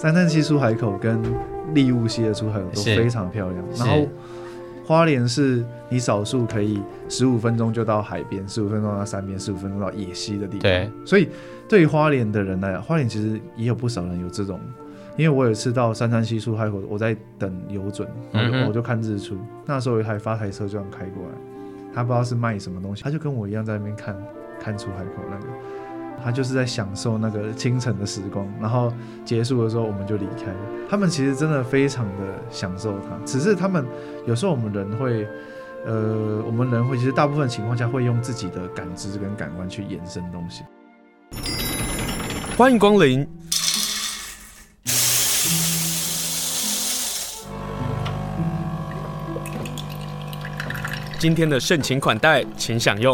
三山溪出海口跟立雾溪的出海口都非常漂亮，然后花莲是你少数可以15分钟就到海边，15分钟到山边，15分钟到野溪的地方。 对， 所以对于花莲的人来讲，花莲其实也有不少人有这种。因为我有一次到三山溪出海口，我在等游准，我就看日出。那时候有一台发财车就这样开过来，他不知道是卖什么东西，他就跟我一样在那边看出海口那个。他就是在享受那个清晨的时光，然后结束的时候我们就离开了。他们其实真的非常的享受它，只是他们有时候我们人会其实大部分情况下会用自己的感知跟感官去延伸东西。 欢迎光临。今天的盛情款待，请享用。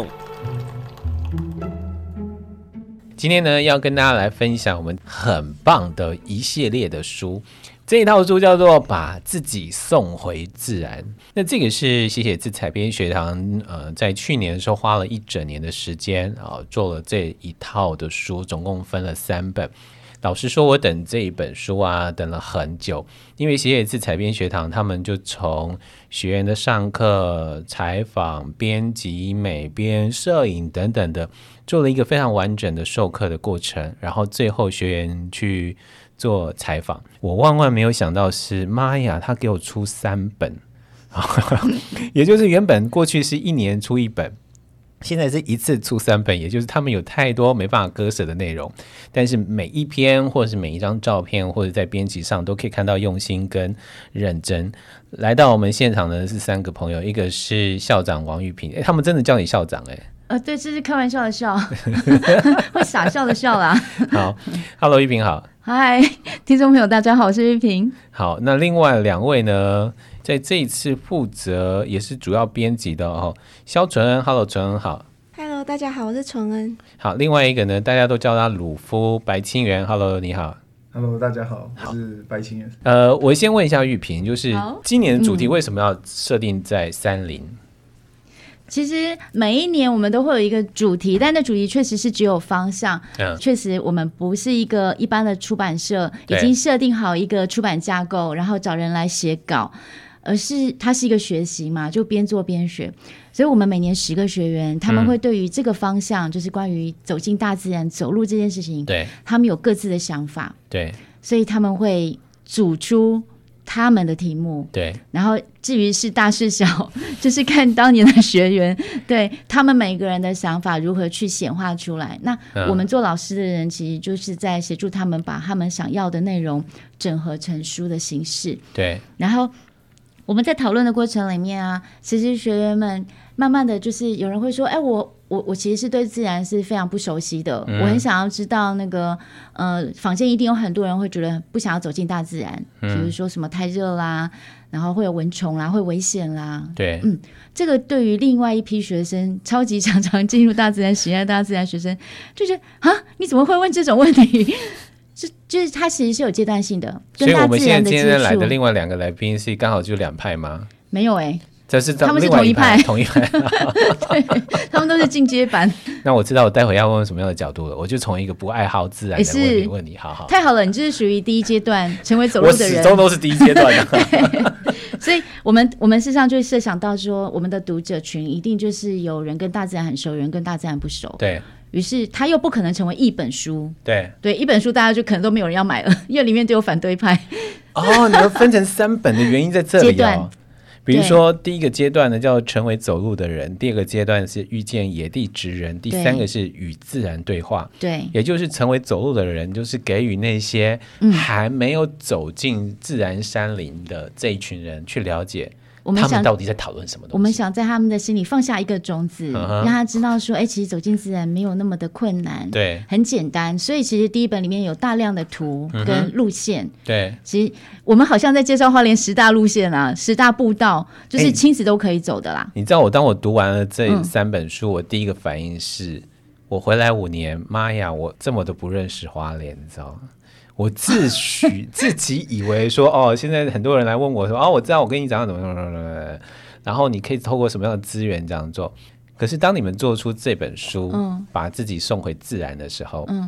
今天呢，要跟大家来分享我们很棒的一系列的书。这一套书叫做《把自己送回自然》。那这个是写字采编学堂在去年的时候花了1整年的时间做了这一套的书，总共分了3本。老实说，我等这一本书等了很久，因为写字采编学堂他们就从学员的上课、采访、编辑、美编、摄影等等的，做了一个非常完整的授课的过程，然后最后学员去做采访。我万万没有想到是，妈呀，他给我出3本也就是原本过去是1年出1本，现在是一次出3本，也就是他们有太多没办法割舍的内容，但是每一篇或者是每一张照片或者在编辑上都可以看到用心跟认真。来到我们现场的是3个朋友，一个是校长王玉萍，他们真的叫你校长对，这是开玩笑的笑会傻笑的笑啦。 好 ，Hello 玉萍好。 嗨，听众朋友大家好，我是玉萍。 好，那另外2位呢，在这一次负责也是主要编辑的萧纯恩 ，Hello 纯恩好。 Hello 大家好，我是纯恩。 好，另外一个呢，大家都叫他鲁夫白清源 ，Hello 你好。 Hello 大家好，我是白清源。 我先问一下玉萍，就是今年的主题为什么要设定在山林？ 其实每一年我们都会有一个主题，但那主题确实是只有方向。确实我们不是一个一般的出版社已经设定好一个出版架构，然后找人来写稿，而是它是一个学习嘛，就边做边学。所以我们每年10个学员，他们会对于这个方向，就是关于走进大自然、走路这件事情，对，他们有各自的想法，对，所以他们会组出他们的题目，对，然后至于是大是小，就是看当年的学员对他们每个人的想法如何去显化出来。那我们做老师的人，其实就是在协助他们把他们想要的内容整合成书的形式。对，然后我们在讨论的过程里面其实学员们慢慢的就是有人会说，我其实是对自然是非常不熟悉的，我很想要知道那个坊间一定有很多人会觉得不想要走进大自然，比如说什么太热啦，然后会有蚊虫啦，会危险啦。对，这个对于另外一批学生，超级常常进入大自然、喜爱大自然学生，就觉得你怎么会问这种问题？就是它其实是有阶段性的，跟大自然的接触。所以我们现在今天来的另外2个来宾是刚好就2派吗？ 没有这是他们是同一派， 对， 他们都是进阶版。 那我知道我待会要问什么样的角度了，我就从一个不爱好自然的问你，好， 太好了，你就是属于第一阶段成为走路的人， 我始终都是第一阶段的。所以我们事实上就设想到说，我们的读者群一定就是有人跟大自然很熟，有人跟大自然不熟，对。于是他又不可能成为一本书，对，一本书大家就可能都没有人要买了，因为里面都有反对派。你要分成3本的原因在这里比如说第一个阶段呢叫成为走路的人，第2个阶段是遇见野地职人，第3个是与自然对话。对，也就是成为走路的人，就是给予那些还没有走进自然山林的这一群人去了解他们到底在讨论什么东西。 我们想在他们的心里放下一个种子，让他知道说其实走进自然没有那么的困难，对，很简单。所以其实第1本里面有大量的图跟路线，对，其实我们好像在介绍花莲10大路线10大步道，就是亲子都可以走的啦。 你知道当我读完了这3本书，我第一个反应是，我回来5年，妈呀，我这么都不认识花莲，你知道吗？我自己以为说现在很多人来问我说我知道我跟你讲怎么，然后你可以透过什么样的资源这样做。可是当你们做出这本书把自己送回自然的时候，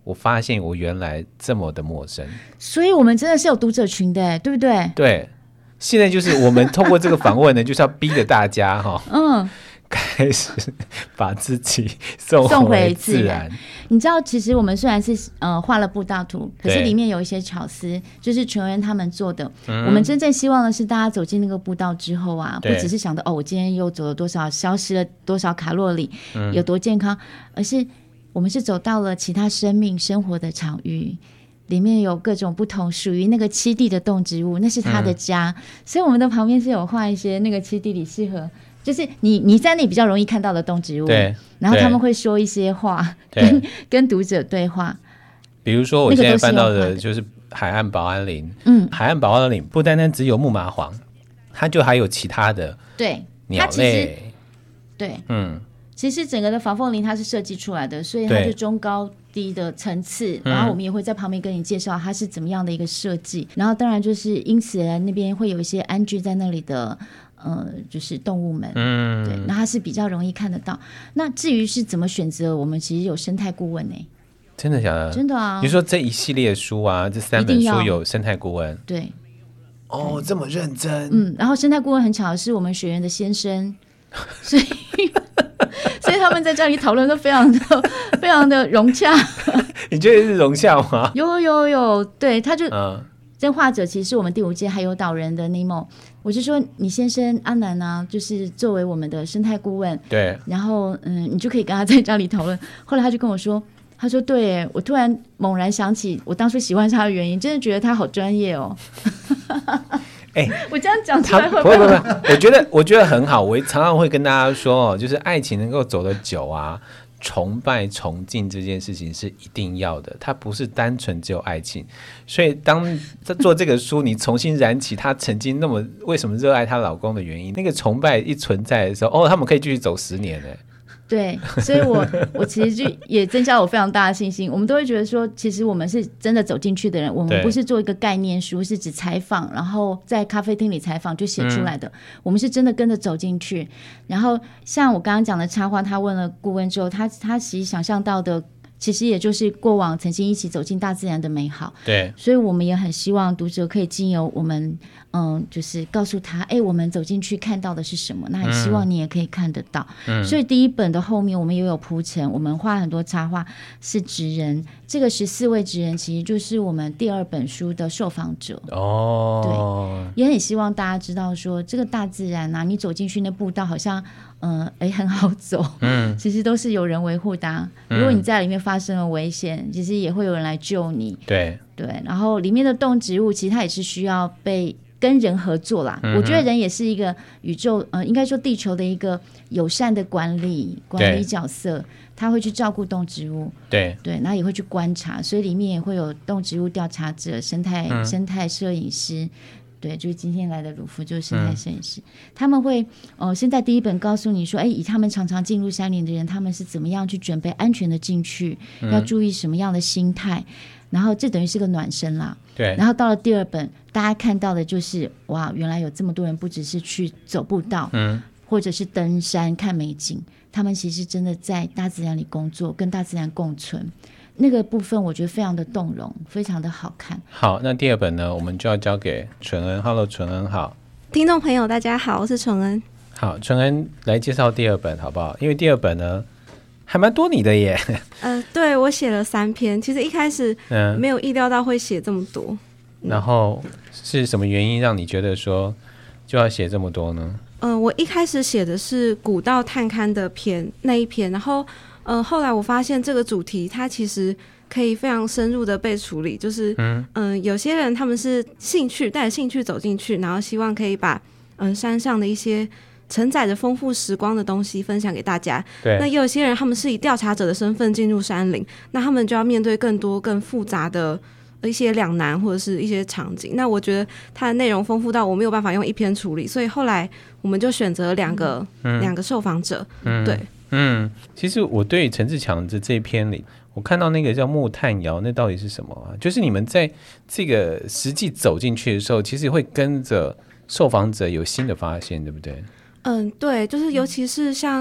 我发现我原来这么的陌生。 所以我们真的是有读者群的，对不对？ 对，现在就是我们透过这个访问呢，就是要逼着大家开始把自己送回自然。 你知道，其实我们虽然是画了步道图，可是里面有一些巧思，就是纯恩他们做的。我们真正希望的是，大家走进那个步道之后啊，不只是想到我今天又走了多少，消失了多少卡路里，有多健康，而是我们是走到了其他生命生活的场域。里面有各种不同属于那个栖地的动植物，那是它的家，所以我们的旁边是有画一些那个栖地里适合，就是你在那里比较容易看到的动植物， 对， 然后他们会说一些话，跟读者对话。 比如说我现在翻到的就是海岸保安林，海岸保安林不单单只有木麻黄，它就还有其他的鸟类， 对，其实整个的防风林它是设计出来的，所以它就中高低的层次，然后我们也会在旁边跟你介绍它是怎么样的一个设计，然后当然就是因此那边会有一些安居在那里的就是动物们，对，那它是比较容易看得到。那至于是怎么选择，我们其实有生态顾问真的假的？ 真的啊！ 你说这一系列书啊，这3本书有生态顾问， 对， 这么认真， 然后生态顾问很巧的是我们学员的先生，所以他们在这里讨论都非常的融洽。 你觉得是融洽吗？ 有，对，他就真画者其实是我们第5届海友岛人的 Nemo， 我就说你先生阿南啊，就是作为我们的生态顾问， 对， 然后你就可以跟他在家里讨论。后来他就跟我说，他说对，我突然猛然想起我当初喜欢他的原因，真的觉得他好专业哦。我这样讲出来会不会？ 不，我觉得很好。我常常会跟大家说就是爱情能够走得久啊，崇拜崇敬这件事情是一定要的，它不是单纯只有爱情。所以当在做这个书，你重新燃起她曾经那么为什么热爱她老公的原因，那个崇拜一存在的时候，他们可以继续走10年对，所以我其实就也增加我非常大的信心。我们都会觉得说，其实我们是真的走进去的人，我们不是做一个概念书，是只采访，然后在咖啡厅里采访就写出来的。我们是真的跟着走进去。然后像我刚刚讲的插画，他问了顾问之后，他其实想象到的，其实也就是过往曾经一起走进大自然的美好。 对， 所以我们也很希望读者可以经由我们就是告诉他我们走进去看到的是什么，那也希望你也可以看得到。所以第1本的后面我们也有铺陈，我们画很多插画是职人，这个14位职人其实就是我们第2本书的受访者对，也很希望大家知道说这个大自然啊，你走进去那步道好像很好走，其实都是有人维护的如果你在里面发生了危险，其实也会有人来救你。对，然后里面的动植物其实它也是需要被跟人合作啦，我觉得人也是一个宇宙应该说地球的一个友善的管理角色，他会去照顾动植物，对，然后也会去观察，所以里面也会有动植物调查者、生态摄影师。对，就是今天来的鲁夫就是生态摄影师，他们会现在第1本告诉你说以他们常常进入山林的人，他们是怎么样去准备安全的进去，要注意什么样的心态，然后这等于是个暖身啦。对，然后到了第2本，大家看到的就是哇，原来有这么多人不只是去走步道，或者是登山看美景，他们其实真的在大自然里工作，跟大自然共存。那个部分我觉得非常的动容，非常的好看。好，那第2本呢，我们就要交给纯恩。Hello， 纯恩好。 听众朋友大家好，我是纯恩。 好，纯恩来介绍第2本好不好？因为第2本呢还蛮多你的耶。 对，我写了3篇，其实一开始没有意料到会写这么多。 然后是什么原因让你觉得说就要写这么多呢？ 我一开始写的是古道探勘的那一篇，然后后来我发现这个主题它其实可以非常深入的被处理，就是有些人他们是带着兴趣走进去，然后希望可以把山上的一些承载着丰富时光的东西分享给大家。对，那也有些人他们是以调查者的身份进入山林，那他们就要面对更多更复杂的一些两难或者是一些场景，那我觉得它的内容丰富到我没有办法用1篇处理，所以后来我们就选择两个受访者。对， 其实我对陈志强的这一篇里，我看到那个叫木炭窑，那到底是什么啊？就是你们在这个实际走进去的时候，其实会跟着受访者有新的发现，对不对？ 对，就是尤其是像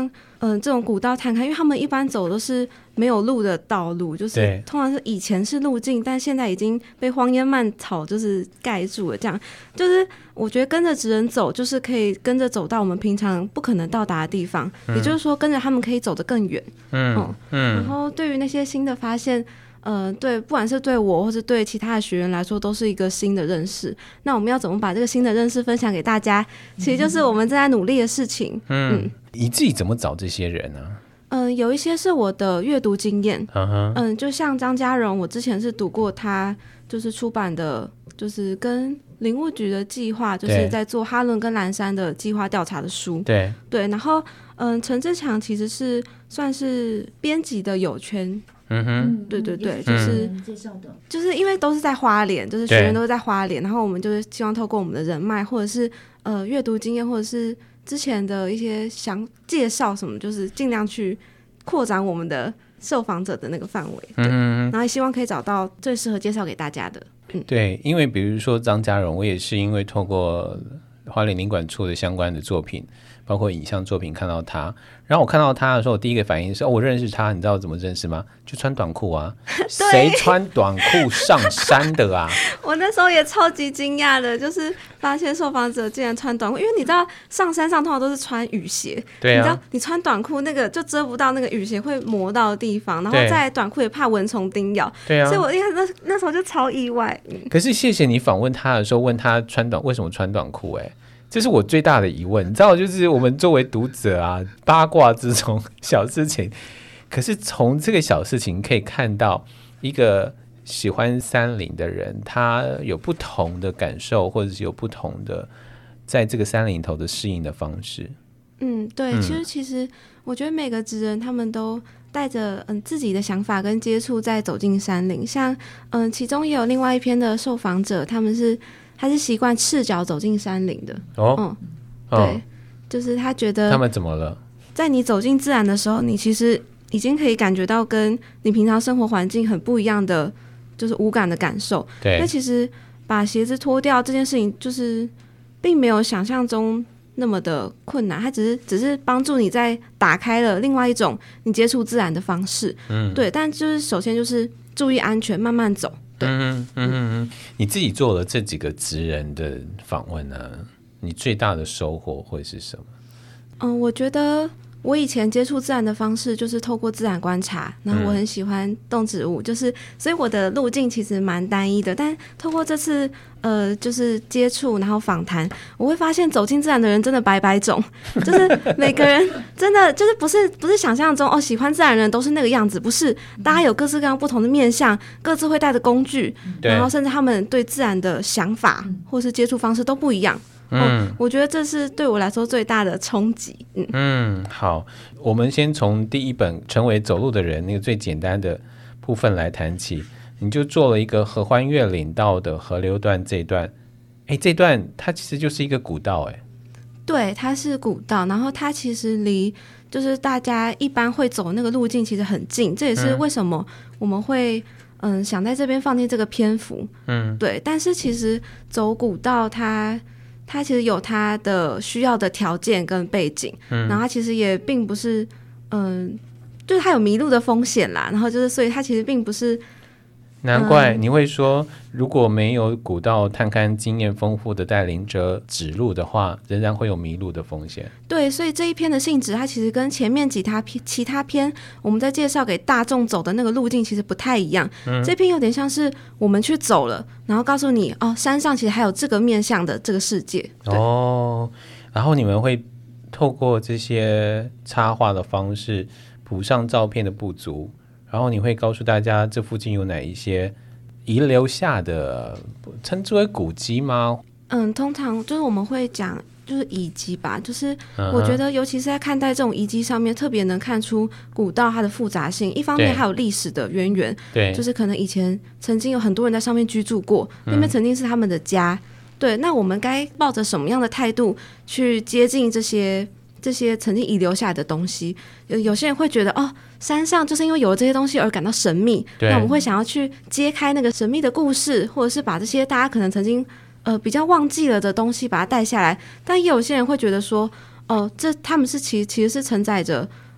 这种古道探勘，因为他们一般走都是没有路的道路，就是通常是以前是路径，但现在已经被荒烟蔓草就是盖住了。这样就是我觉得跟着职人走，就是可以跟着走到我们平常不可能到达的地方，也就是说跟着他们可以走得更远。然后对于那些新的发现。对，不管是对我或是对其他的学员来说，都是一个新的认识。那我们要怎么把这个新的认识分享给大家？其实就是我们正在努力的事情。 你自己怎么找这些人呢？ 有一些是我的阅读经验。就像张嘉荣，我之前是读过他就是出版的，就是跟林务局的计划，就是在做哈伦跟蓝山的计划调查的书。对，然后陈志强其实是算是编辑的友圈。对，就是介绍的，就是因为都是在花莲，就是学员都是在花莲，然后我们就是希望透过我们的人脉，或者是阅读经验，或者是之前的一些介绍什么，就是尽量去扩展我们的受访者的那个范围。然后希望可以找到最适合介绍给大家的。 对，因为比如说张嘉荣，我也是因为透过花莲领馆处的相关的作品，包括影像作品看到他，然后我看到他的时候，我第一个反应是我认识他。你知道怎么认识吗？就穿短裤啊，谁穿短裤上山的啊？ 我那时候也超级惊讶的，就是发现受访者竟然穿短裤，因为你知道上山上通常都是穿雨鞋，你知道你穿短裤那个就遮不到那个雨鞋会磨到的地方，然后再短裤也怕蚊虫叮咬，所以我那时候就超意外。 可是谢谢你访问他的时候问他为什么穿短裤，这是我最大的疑问。你知道，就是我们作为读者啊，八卦这种小事情，可是从这个小事情可以看到一个喜欢山林的人，他有不同的感受，或者是有不同的在这个山林头的适应的方式。 对，其实我觉得每个职人他们都带着自己的想法跟接触在走进山林，像其中也有另外一篇的受访者，他是习惯赤脚走进山林的。对，就是他觉得他们怎么了？ 在你走进自然的时候，你其实已经可以感觉到跟你平常生活环境很不一样的，就是无感的感受。对，那其实把鞋子脱掉这件事情，就是并没有想象中那么的困难，它只是帮助你在打开了另外一种你接触自然的方式。对，但就是首先就是注意安全，慢慢走。 你自己做了这几个职人的访问呢，你最大的收获会是什么？ 我觉得我以前接触自然的方式就是透过自然观察，然后我很喜欢动植物，所以我的路径其实蛮单一的。但透过这次就是接触然后访谈，我会发现走进自然的人真的百百种，就是每个人真的就是不是想象中喜欢自然的人都是那个样子，不是，大家有各式各样不同的面向，各自会带的工具，然后甚至他们对自然的想法或是接触方式都不一样。我觉得这是对我来说最大的冲击。 好，我们先从第一本成为走路的人那个最简单的部分来谈起。你就做了一个合欢越岭道的河流段这一段，这段它其实就是一个古道。 对，它是古道，然后它其实离就是大家一般会走那个路径其实很近，这也是为什么我们会想在这边放进这个篇幅。对，但是其实走古道它其实有它的需要的条件跟背景，然后它其实也并不是就是它有迷路的风险啦，然后就是所以它其实并不是。 难怪你会说，如果没有古道探勘经验丰富的带领者指路的话，仍然会有迷路的风险。 对，所以这一篇的性质，它其实跟前面其他篇我们在介绍给大众走的那个路径其实不太一样。这篇有点像是我们去走了，然后告诉你山上其实还有这个面向的这个世界。 然后你们会透过这些插画的方式补上照片的不足。然后你会告诉大家这附近有哪一些遗留下的称之为古迹吗？ 通常就是我们会讲就是遗迹吧，就是我觉得尤其是在看待这种遗迹上面，特别能看出古道它的复杂性。一方面还有历史的渊源，对，就是可能以前曾经有很多人在上面居住过，那边曾经是他们的家。对，那我们该抱着什么样的态度去接近这些曾经遗留下来的东西？有些人会觉得山上就是因为有了这些东西而感到神秘，那我们会想要去揭开那个神秘的故事，或者是把这些大家可能曾经比较忘记了的东西把它带下来。但也有些人会觉得说他们是其实是承载着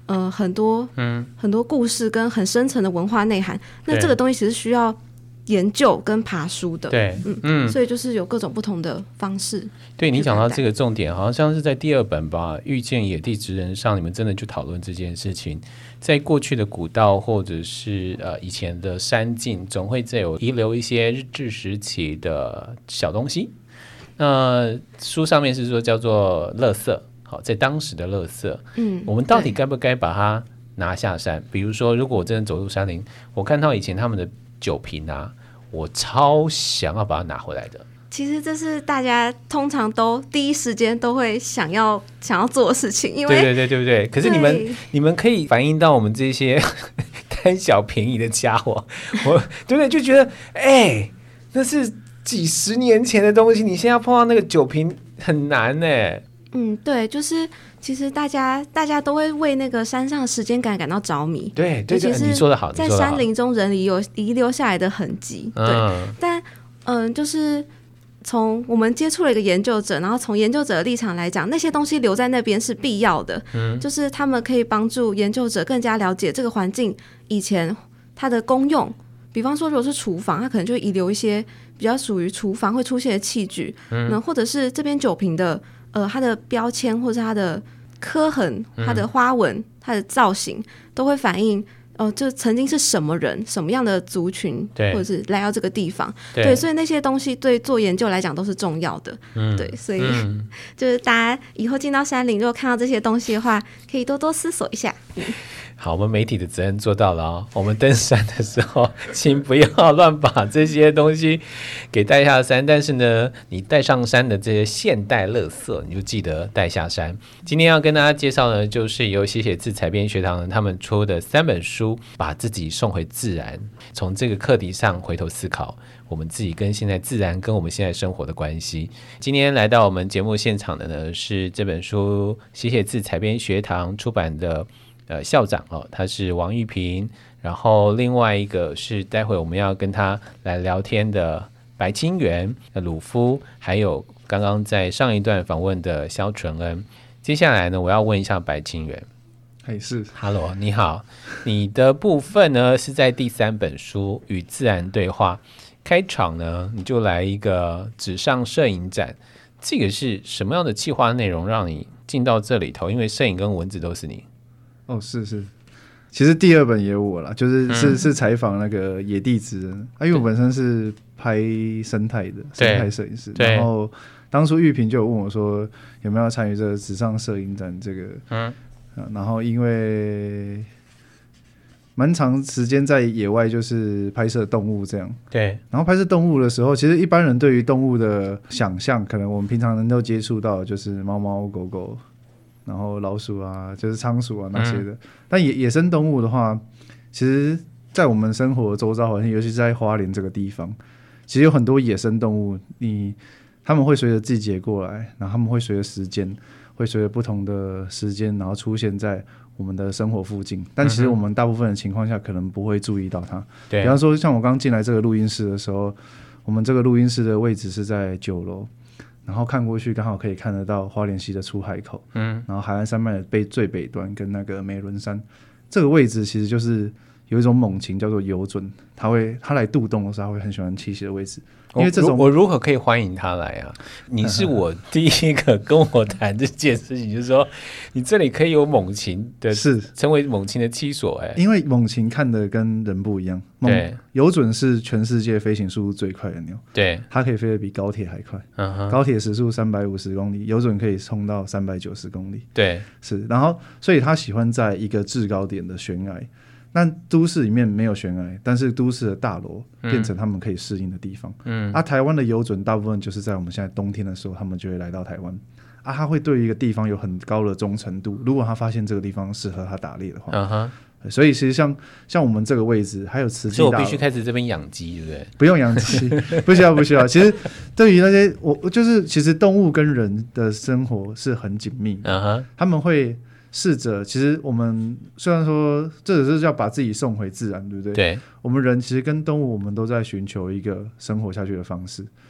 很多故事跟很深层的文化内涵，那这个东西其实需要研究跟爬书的。 对， 所以就是有各种不同的方式。 对，你讲到这个重点，好像是在第2本吧，《遇见野地职人》上，你们真的就讨论这件事情。在过去的古道或者是以前的山径，总会再有遗留一些日治时期的小东西。书上面是说叫做垃圾，好，在当时的垃圾，我们到底该不该把它拿下山？比如说，如果我真的走入山林，我看到以前他们的酒瓶啊，我超想要把它拿回来的。 其实这是大家通常都第一时间都会想要做的事情，因为对不对？可是你们可以反映到我们这些贪小便宜的家伙，对不对？就觉得那是几十年前的东西，你现在要碰到那个酒瓶很难呢。 对，就是其实大家都会为那个山上的时间感到着迷。 对，你说得好， 在山林中人有遗留下来的痕迹。对，但就是从我们接触了一个研究者，然后从研究者的立场来讲，那些东西留在那边是必要的，就是他们可以帮助研究者更加了解这个环境以前它的功用。比方说，如果是厨房，它可能就会遗留一些比较属于厨房会出现的器具，或者是这边酒瓶的它的标签或者它的刻痕、它的花纹、它的造型，都会反映这曾经是什么人、什么样的族群，或者是来到这个地方。对，所以那些东西对做研究来讲都是重要的。对，所以就是大家以后进到山林，如果看到这些东西的话，可以多多思索一下。 好，我们媒体的责任做到了哦。我们登山的时候，请不要乱把这些东西给带下山。但是呢，你带上山的这些现代垃圾，你就记得带下山。今天要跟大家介绍呢，就是由写写字采编学堂他们出的3本书，把自己送回自然，从这个课题上回头思考我们自己跟现在自然跟我们现在生活的关系。今天来到我们节目现场的呢，是这本书写写字采编学堂出版的校长他是王玉平，然后另外一个是待会我们要跟他来聊天的白清源、鲁夫，还有刚刚在上一段访问的萧纯恩。接下来呢，我要问一下白清源。 是 Hello， 你好。你的部分呢是在第3本书《与自然对话》开场呢，你就来一个纸上摄影展。这个是什么样的企划内容让你进到这里头？因为摄影跟文字都是你。 是，其实第2本也有我啦，是采访那个野地职人，因为我本身是拍生态的生态摄影师，然后当初玉萍就有问我说有没有参与这个纸上摄影展这个，然后因为蛮长时间在野外就是拍摄动物这样， 对， 然后拍摄动物的时候，其实一般人对于动物的想象，可能我们平常能够接触到的就是猫猫狗狗，然后老鼠啊，就是仓鼠啊那些的。但野生动物的话，其实在我们生活的周遭环境，尤其是在花莲这个地方，其实有很多野生动物，他们会随着季节过来，然后他们会随着时间，会随着不同的时间，然后出现在我们的生活附近。但其实我们大部分的情况下，可能不会注意到它。 对， 比方说，像我刚进来这个录音室的时候，我们这个录音室的位置是在9楼。然后看过去刚好可以看得到花莲溪的出海口，然后海岸山脉的最北端跟那个美仑山这个位置，其实就是有一种猛禽叫做游隼，它来渡冬的时候，它会很喜欢栖息的位置。因为这种我如何可以欢迎他来啊？你是我第一个跟我谈这件事情，就是说你这里可以有猛禽的，是成为猛禽的栖所。 因为猛禽看的跟人不一样，游隼是全世界飞行速度最快的鸟， 对， 它可以飞得比高铁还快，高铁时速350公里，游隼可以冲到390公里， 对， 是，然后所以它喜欢在一个制高点的悬崖。那都市里面没有悬崖，但是都市的大楼变成他们可以适应的地方。台湾的游隼大部分就是在我们现在冬天的时候，他们就会来到台湾。他会对一个地方有很高的忠诚度。如果他发现这个地方适合他打猎的话，所以其实像我们这个位置，还有慈济大楼， 所以我必须开始这边养鸡，对不对？ 不用养鸡，不需要。其实对于那些其实动物跟人的生活是很紧密的，他们会试着，其实我们虽然说这只是要把自己送回自然，对不对？ 对， 我们人其实跟动物，我们都在寻求一个生活下去的方式。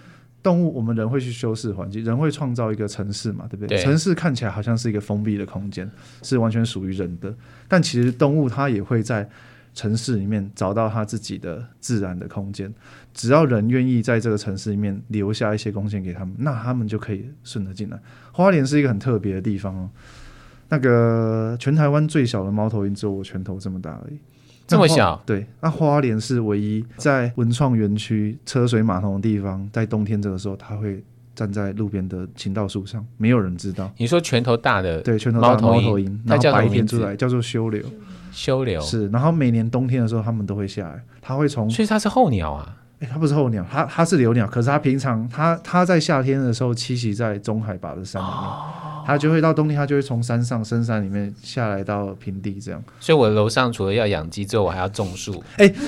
动物我们人会去修饰环境，人会创造一个城市嘛，对不对？城市看起来好像是一个封闭的空间，是完全属于人的，但其实动物它也会在城市里面找到它自己的自然的空间，只要人愿意在这个城市里面留下一些贡献给他们，那他们就可以顺得进来。花莲是一个很特别的地方哦，那个全台湾最小的猫头鹰只有我拳头这么大而已。 这么小？ 对，那花莲是唯一在文创园区车水马龙的地方，在冬天这个时候，它会站在路边的行道树上，没有人知道。 你说拳头大的对，拳头大的猫头鹰，然后白天出来叫做修柳。 修柳是，然后每年冬天的时候，它们都会下来，它会从， 所以它是候鸟啊。 它不是候鸟，它是留鸟，可是它平常它在夏天的时候栖息在中海拔的山里面。它就会到冬天，它就会从深山里面下来到平地这样。 所以我楼上除了要养鸡之后，我还要种树。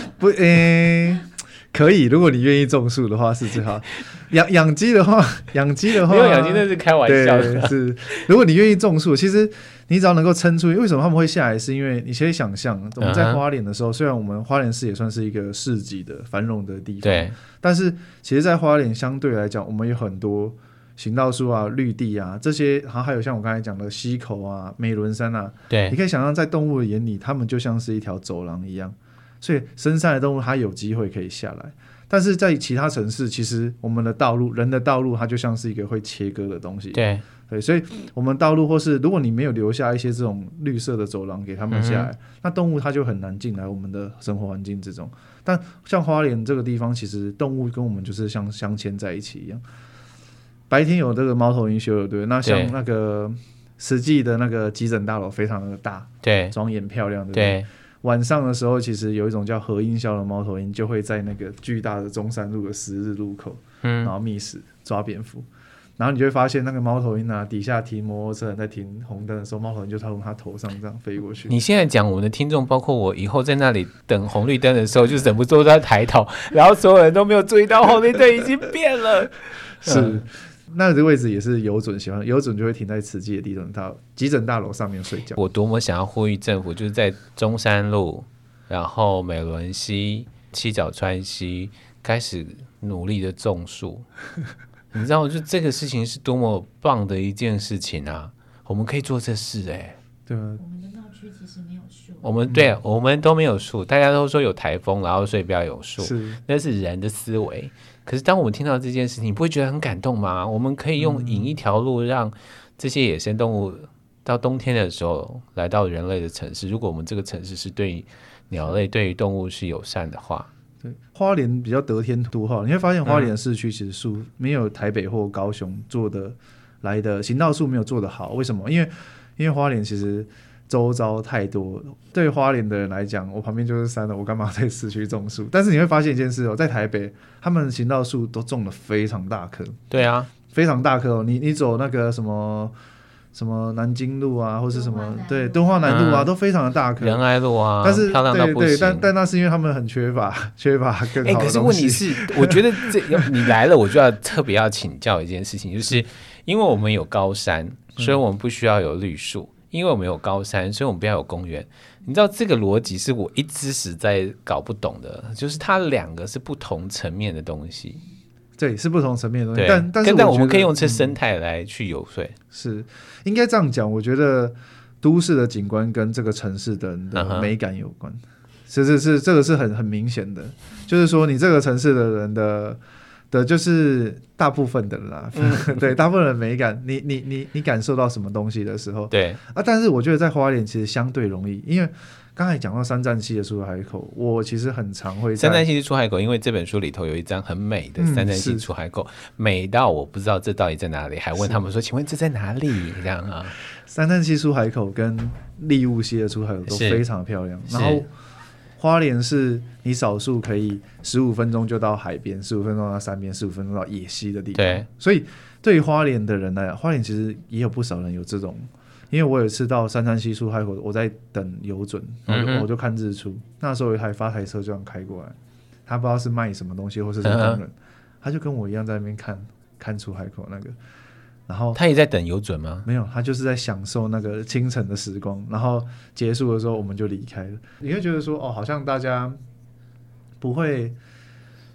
可以，如果你愿意种树的话是最好。养鸡的话没有养鸡那是开玩笑的。 对，是。如果你愿意种树，其实你只要能够撑出去。为什么他们会下来？是因为你可以想象，我们在花莲的时候，虽然我们花莲市也算是一个市级的繁荣的地方， 对， 但是其实，在花莲相对来讲，我们有很多行道树啊、绿地啊这些，然后还有像我刚才讲的溪口啊、美仑山啊， 对， 你可以想象，在动物的眼里，它们就像是一条走廊一样，所以深山的动物它有机会可以下来。但是在其他城市，其实我们的道路，人的道路，它就像是一个会切割的东西。 对， 所以我们道路或是如果你没有留下一些这种绿色的走廊给他们下来，那动物它就很难进来我们的生活环境之中。但像花莲这个地方，其实动物跟我们就是像镶嵌在一起一样。白天有这个猫头鹰修柳，对，那像那个实际的那个急诊大楼非常的大， 对， 庄严漂亮，对不对？晚上的时候，其实有一种叫合音枭的猫头鹰，就会在那个巨大的中山路的十字路口，然后觅食抓蝙蝠。然后你就会发现那个猫头鹰啊，底下停摩托车在停红灯的时候，猫头鹰就从他头上这样飞过去。 你现在讲我们的听众，包括我，以后在那里等红绿灯的时候，就忍不住在抬头，然后所有人都没有注意到红绿灯已经变了。 是。那个位置也是有准喜欢，有准就会停在慈济的急诊大楼上面睡觉。 我多么想要呼吁政府，就是在中山路，然后美仑溪、七角川溪开始努力的种树。你知道，就这个事情是多么棒的一件事情啊！我们可以做这事对啊。 我们的闹区其实没有树。 我们都没有树，大家都说有台风，然后所以不要有树，那是人的思维。可是当我们听到这件事情，你不会觉得很感动吗？我们可以引一条路，让这些野生动物到冬天的时候来到人类的城市。如果我们这个城市是对于鸟类、对于动物是友善的话， 对，花莲比较得天独厚，你会发现花莲市区其实树没有台北或高雄做的来的行道树没有做得好。为什么？因为花莲其实周遭太多，对花莲的人来讲，我旁边就是山了，我干嘛在市区种树？但是你会发现一件事在台北，他们行道树都种了非常大棵。 对啊， 非常大棵你走那个什么南京路啊，或是什么敦化南路啊，都非常的大棵。 仁爱路啊， 但是漂亮到不行。 对，但那是因为他们很缺乏更好的东西。 可是问题是，我觉得你来了，我就要特别要请教一件事情，就是因为我们有高山，所以我们不需要有绿树。因为我们有高山，所以我们不要有公园。你知道这个逻辑是我一直实在搞不懂的，就是它两个是不同层面的东西。 对，是不同层面的东西。 但我们可以用这生态来去游说。 是应该这样讲。我觉得都市的景观跟这个城市的人的美感有关。是这个是很明显的，就是说你这个城市的人的就是大部分的人啦，对，大部分人美感，你感受到什么东西的时候， 对啊，但是我觉得在花莲其实相对容易，因为刚才讲到三站溪的出海口，我其实很常会在三站溪出海口，因为这本书里头有一张很美的三站溪出海口，美到我不知道这到底在哪里，还问他们说，请问这在哪里？这样啊， 三站溪出海口跟利雾溪的出海口都非常漂亮，然后花莲是你少数可以15分钟就到海边，15分钟到山边，15分钟到野溪的地方。对，所以对于花莲的人来讲，花莲其实也有不少人有这种。因为我有一次到三山溪出海口，我在等游准，我就看日出。那时候有一台发财车这样开过来，他不知道是卖什么东西，或是什么工人，他就跟我一样在那边看出海口那个。然后他也在等游准吗？ 没有，他就是在享受那个清晨的时光，然后结束的时候我们就离开了。你会觉得说，哦，好像大家不会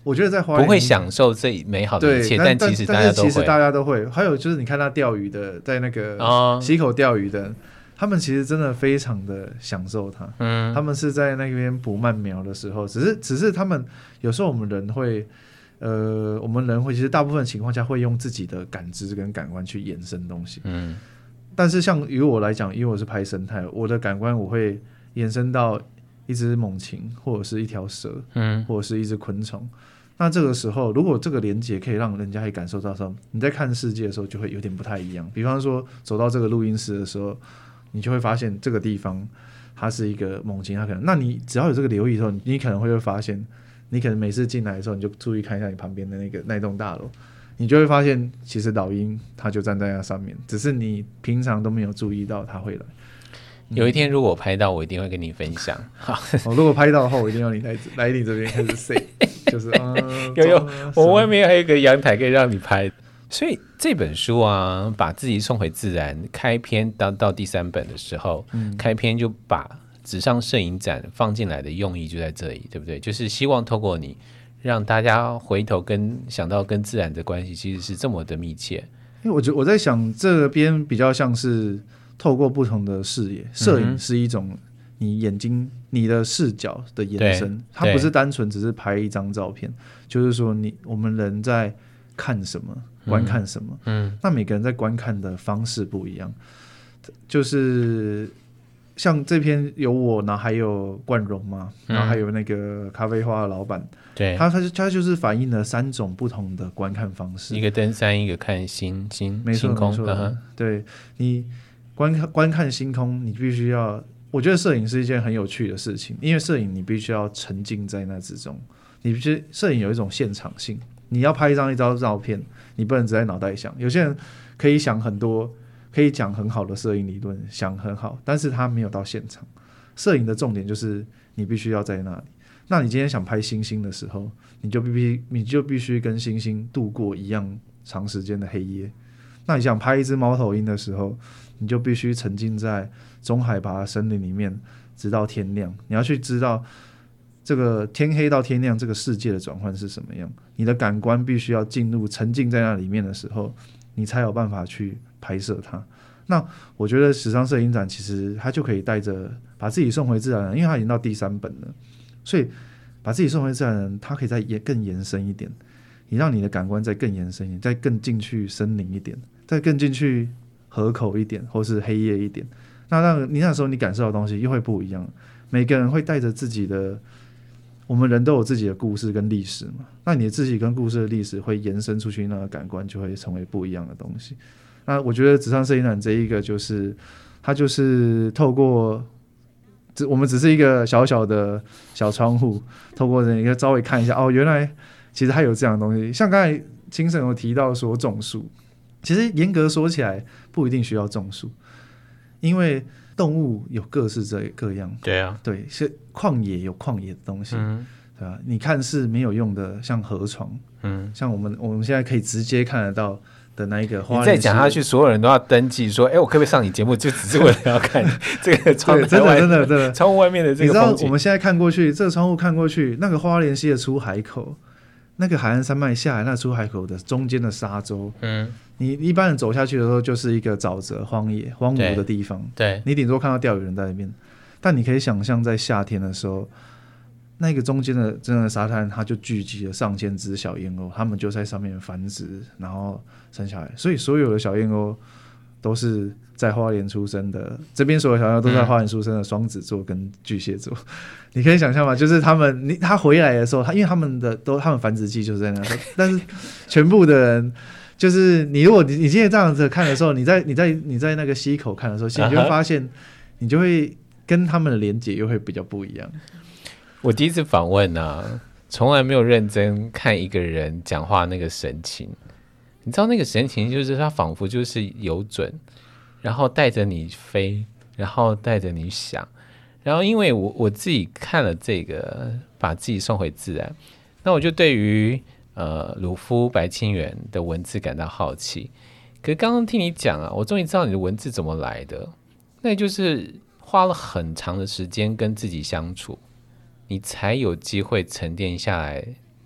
我觉得在花莲不会享受这美好的一切，但其实大家都会。还有就是你看他钓鱼的，在那个溪口钓鱼的，他们其实真的非常的享受它。他们是在那边捕鳗苗的时候，只是他们有时候我们人会其实大部分情况下会用自己的感知跟感官去延伸东西。但是像于我来讲，因为我是拍生态，我的感官我会延伸到一只猛禽，或者是一条蛇，或者是一只昆虫。那这个时候，如果这个连结可以让人家可以感受到说，你在看世界的时候就会有点不太一样。比方说，走到这个录音室的时候，你就会发现这个地方它是一个猛禽，它可能，那你只要有这个留意的时候，你可能会发现，你可能每次进来的时候，你就注意看一下你旁边的那栋大楼，你就会发现，其实老鹰它就站在那上面，只是你平常都没有注意到它会来。 有一天如果我拍到，我一定会跟你分享。 如果拍到的话，我一定要你来你这边开始 say， 就是我外面还有一个阳台可以让你拍。所以这本书啊，把自己送回自然，开篇到第3本的时候，开篇就把纸上摄影展放进来的用意就在这里，对不对？就是希望透过你，让大家回头想到跟自然的关系其实是这么的密切。 因为我在想，这边比较像是透过不同的视野，摄影是一种你眼睛、你的视角的延伸，它不是单纯只是拍一张照片，就是说我们人在看什么、观看什么，那每个人在观看的方式不一样，就是像这篇有我，然后还有冠荣嘛，然后还有那个咖啡花的老板， 对， 他就是反映了3种不同的观看方式， 一个登山，一个看星空， 对，你观看星空，你必须要，我觉得摄影是一件很有趣的事情，因为摄影你必须要沉浸在那之中，你必须摄影有一种现场性，你要拍一张照片，你不能只在脑袋想。有些人可以想很多，可以讲很好的摄影理论，想很好，但是他没有到现场。摄影的重点就是你必须要在那里。那你今天想拍星星的时候，你就必须跟星星度过一样长时间的黑夜。那你想拍一只猫头鹰的时候，你就必须沉浸在中海拔森林里面，直到天亮。你要去知道这个天黑到天亮这个世界的转换是什么样，你的感官必须要沉浸在那里面的时候，你才有办法去拍摄它。那我觉得时尚摄影展其实它就可以带着把自己送回自然人，因为它已经到第3本了，所以把自己送回自然人，它可以再更延伸一点，你让你的感官再更延伸一点，再更进去森林一点，再更进去河口一点，或是黑夜一点。那你那时候你感受到的东西又会不一样。每个人会带着自己的，我们人都有自己的故事跟历史嘛。那你自己跟故事的历史会延伸出去，那个感官就会成为不一样的东西。那我觉得纸上摄影展这一个就是它就是透过我们只是一个小小的小窗户，透过一个稍微看一下，原来其实还有这样的东西。像刚才清盛有提到说种树，其实严格说起来不一定需要种树，因为动物有各式各样。 对啊， 对，是旷野有旷野的东西，对吧？你看似没有用的，像河床，像我们现在可以直接看得到的那一个花莲，你再讲下去，所有人都要登记说，我可不可以上你节目？就只是为了要看这个窗户，真的窗户外面的这个风景。 你知道我们现在看过去，这个窗户看过去，那个花莲溪的出海口，那个海岸山脉下来，那出海口的中间的沙洲，你一般人走下去的时候，就是一个沼泽、荒野、荒芜的地方。 对， 你顶多看到钓鱼人在那边，但你可以想象，在夏天的时候，那个中间的真的沙滩，它就聚集了上千只小燕鸥，它们就在上面繁殖，然后生下来。所以所有的小燕鸥都是在花莲出生的，这边所有小燕鸥都在花莲出生的双子座跟巨蟹座。你可以想象吗？就是他回来的时候，因为他们繁殖季就是在那时候，但是全部的人。就是如果你今天这样子看的时候，你在那个溪口看的时候，其实你就会发现，你就会跟他们的连结又会比较不一样。 我第一次访问啊，从来没有认真看一个人讲话那个神情。你知道那个神情就是他仿佛就是有准，然后带着你飞，然后带着你想。然后因为我自己看了这个，把自己送回自然，那我就对于鲁夫白清源的文字感到好奇。可是刚刚听你讲啊，我终于知道你的文字怎么来的。那就是花了很长的时间跟自己相处，你才有机会沉淀下来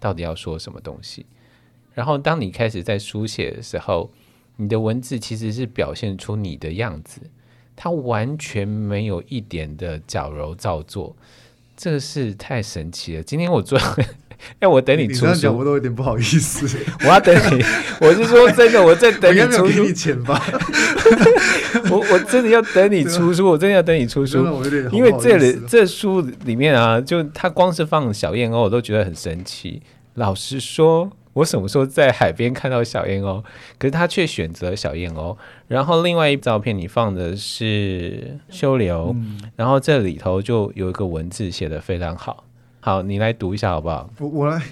到底要说什么东西。然后当你开始在书写的时候，你的文字其实是表现出你的样子，它完全没有一点的矫揉造作，这个是太神奇了。今天我做我等你出书， 你这样讲我都有点不好意思。 我要等你，我是说真的，我在等你出书。 我应该没有给你钱吧？ 我真的要等你出书，我真的要等你出书，因为这书里面啊，就他光是放小燕鸥，我都觉得很神奇。老实说，我什么时候在海边看到小燕鸥？可是他却选择小燕鸥。然后另外一照片你放的是修流，然后这里头就有一个文字写得非常好。好，你来读一下好不好？ 我来。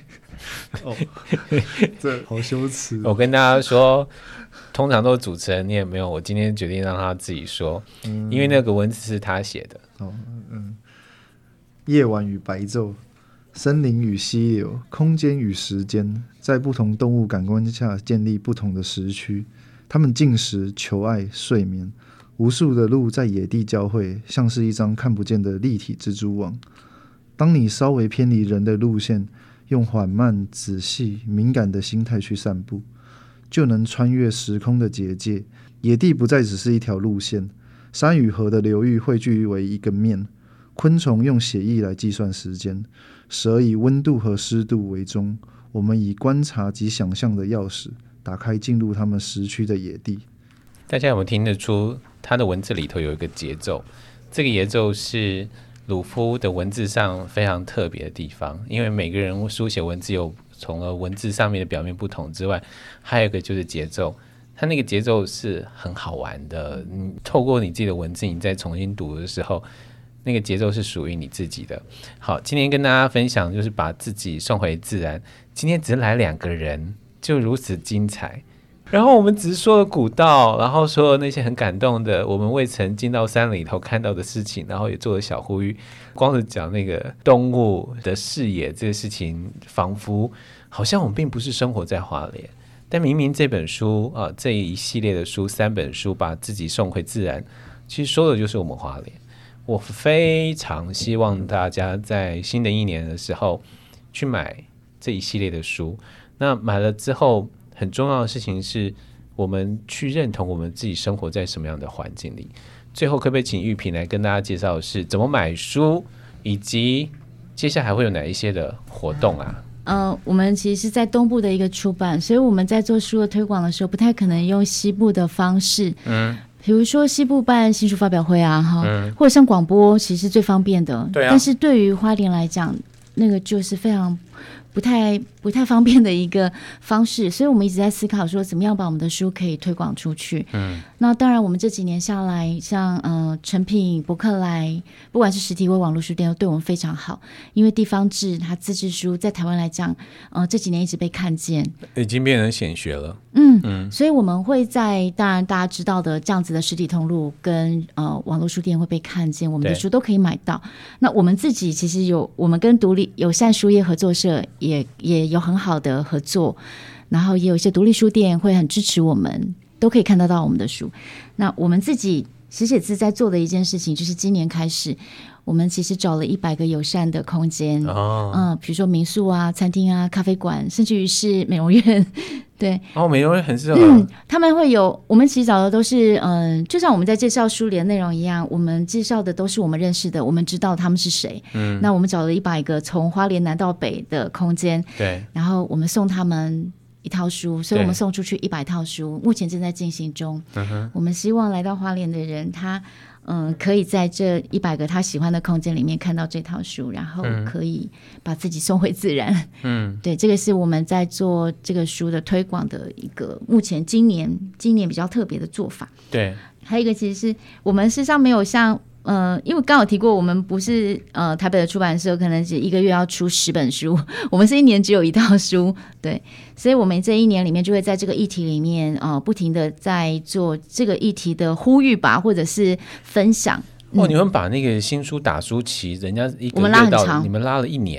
这好羞耻。 我跟大家说，通常都是主持人，你也没有。我今天决定让他自己说，因为那个文字是他写的。 夜晚与白昼，森林与溪流，空间与时间，在不同动物感官下建立不同的时区。它们进食、求爱、睡眠，无数的路在野地交汇，像是一张看不见的立体蜘蛛网。当你稍微偏离人的路线，用缓慢、仔细、敏感的心态去散步，就能穿越时空的结界。野地不再只是一条路线，山与河的流域汇聚为一个面。昆虫用血液来计算时间，蛇以温度和湿度为钟。我们以观察及想象的钥匙，打开进入它们时区的野地。 大家有没有听得出，它的文字里头有一个节奏？这个节奏是鲁夫的文字上非常特别的地方，因为每个人书写文字有除了文字上面的表面不同之外，还有一个就是节奏。它那个节奏是很好玩的，你透过你自己的文字，你再重新读的时候，那个节奏是属于你自己的。好，今天跟大家分享就是把自己送回自然。今天只来2个人，就如此精彩。然后我们只是说了古道，然后说了那些很感动的我们未曾进到山里头看到的事情，然后也做了小呼吁。光是讲那个动物的视野这个事情，仿佛好像我们并不是生活在花莲，但明明这本书这一系列的书3本书把自己送回自然，其实说的就是我们花莲。我非常希望大家在新的一年的时候去买这一系列的书，那买了之后很重要的事情是我们去认同我们自己生活在什么样的环境里。最后可不可以请玉萍来跟大家介绍的是怎么买书，以及接下来还会有哪一些的活动啊？ 我们其实是在东部的一个出版，所以我们在做书的推广的时候不太可能用西部的方式，比如说西部办新书发表会啊，或者像广播其实是最方便的，但是对于花莲来讲，那个就是非常不太方便的一个方式，所以我们一直在思考说怎么样把我们的书可以推广出去。那当然我们这几年下来，像诚品、博客来，不管是实体或网络书店都对我们非常好，因为地方志它自制书在台湾来讲这几年一直被看见， 已经变成显学了。 所以我们会在当然大家知道的这样子的实体通路跟网络书店会被看见，我们的书都可以买到。那我们自己其实我们跟独立友善书业合作社也有很好的合作，然后也有一些独立书店会很支持我们，都可以看得到我们的书。那我们自己实写字在做的一件事情，就是今年开始我们其实找了100个友善的空间，比如说民宿啊、餐厅啊、咖啡馆，甚至于是美容院。对， 美容院很适合。 他们会有，我们其实找的都是就像我们在介绍书里的内容一样，我们介绍的都是我们认识的，我们知道他们是谁。那我们找了100个从花莲南到北的空间，对，然后我们送他们一套书，所以我们送出去100套书，目前正在进行中。我们希望来到花莲的人，他可以在这100个他喜欢的空间里面看到这套书，然后可以把自己送回自然。对，这个是我们在做这个书的推广的一个目前今年比较特别的做法。对，还有一个其实是我们事实上没有像因为刚好提过，我们不是台北的出版社，可能是1个月要出10本书，我们是1年只有1套书，对，所以我们这1年里面就会在这个议题里面不停的在做这个议题的呼吁吧，或者是分享。 你们把那个新书打书期，人家1个月到，你们拉了1年啊？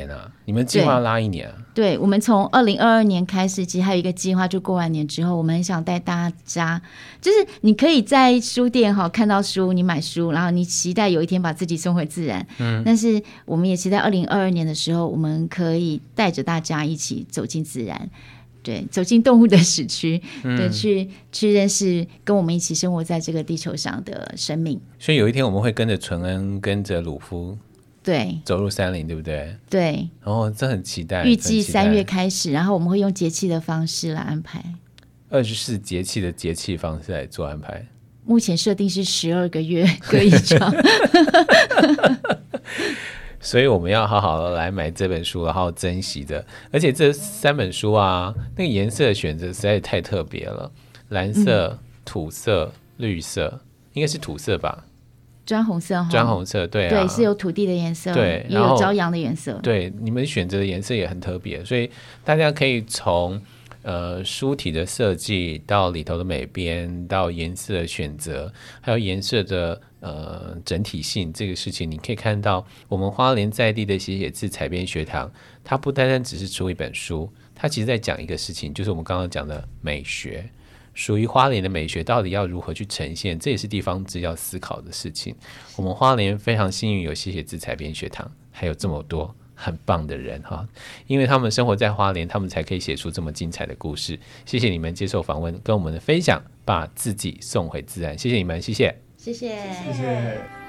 你们计划要拉1年啊？ 对，我们从2022年开始，其实还有一个计划，就过完年之后，我们很想带大家，就是你可以在书店看到书，你买书，然后你期待有一天把自己送回自然。但是我们也期待2022年的时候，我们可以带着大家一起走进自然。对，走进动物的史区，对，去认识跟我们一起生活在这个地球上的生命。 所以有一天我们会跟着纯恩，跟着鲁夫， 对， 走入山林，对不对？ 对。 这很期待。 预计3月开始，然后我们会用节气的方式来安排 ，24节气的节气方式来做安排。 目前设定是12个月各一场。 所以我们要好好的来买这本书，然后珍惜的。而且这3本书啊，那个颜色的选择实在是太特别了，蓝色、土色、绿色，应该是土色吧？ 砖红色， 砖红色，对啊， 对，是有土地的颜色， 对， 也有朝阳的颜色， 对，你们选择的颜色也很特别，所以大家可以从书体的设计到里头的美编，到颜色的选择，还有颜色的整体性，这个事情你可以看到我们花莲在地的写字采编学堂，它不单单只是出一本书，它其实在讲一个事情，就是我们刚刚讲的美学，属于花莲的美学到底要如何去呈现，这也是地方志要思考的事情。我们花莲非常幸运有写字采编学堂，还有这么多很棒的人哈，因为他们生活在花莲，他们才可以写出这么精彩的故事。谢谢你们接受访问，跟我们的分享，把自己送回自然。谢谢你们，谢谢， 谢谢， 谢谢。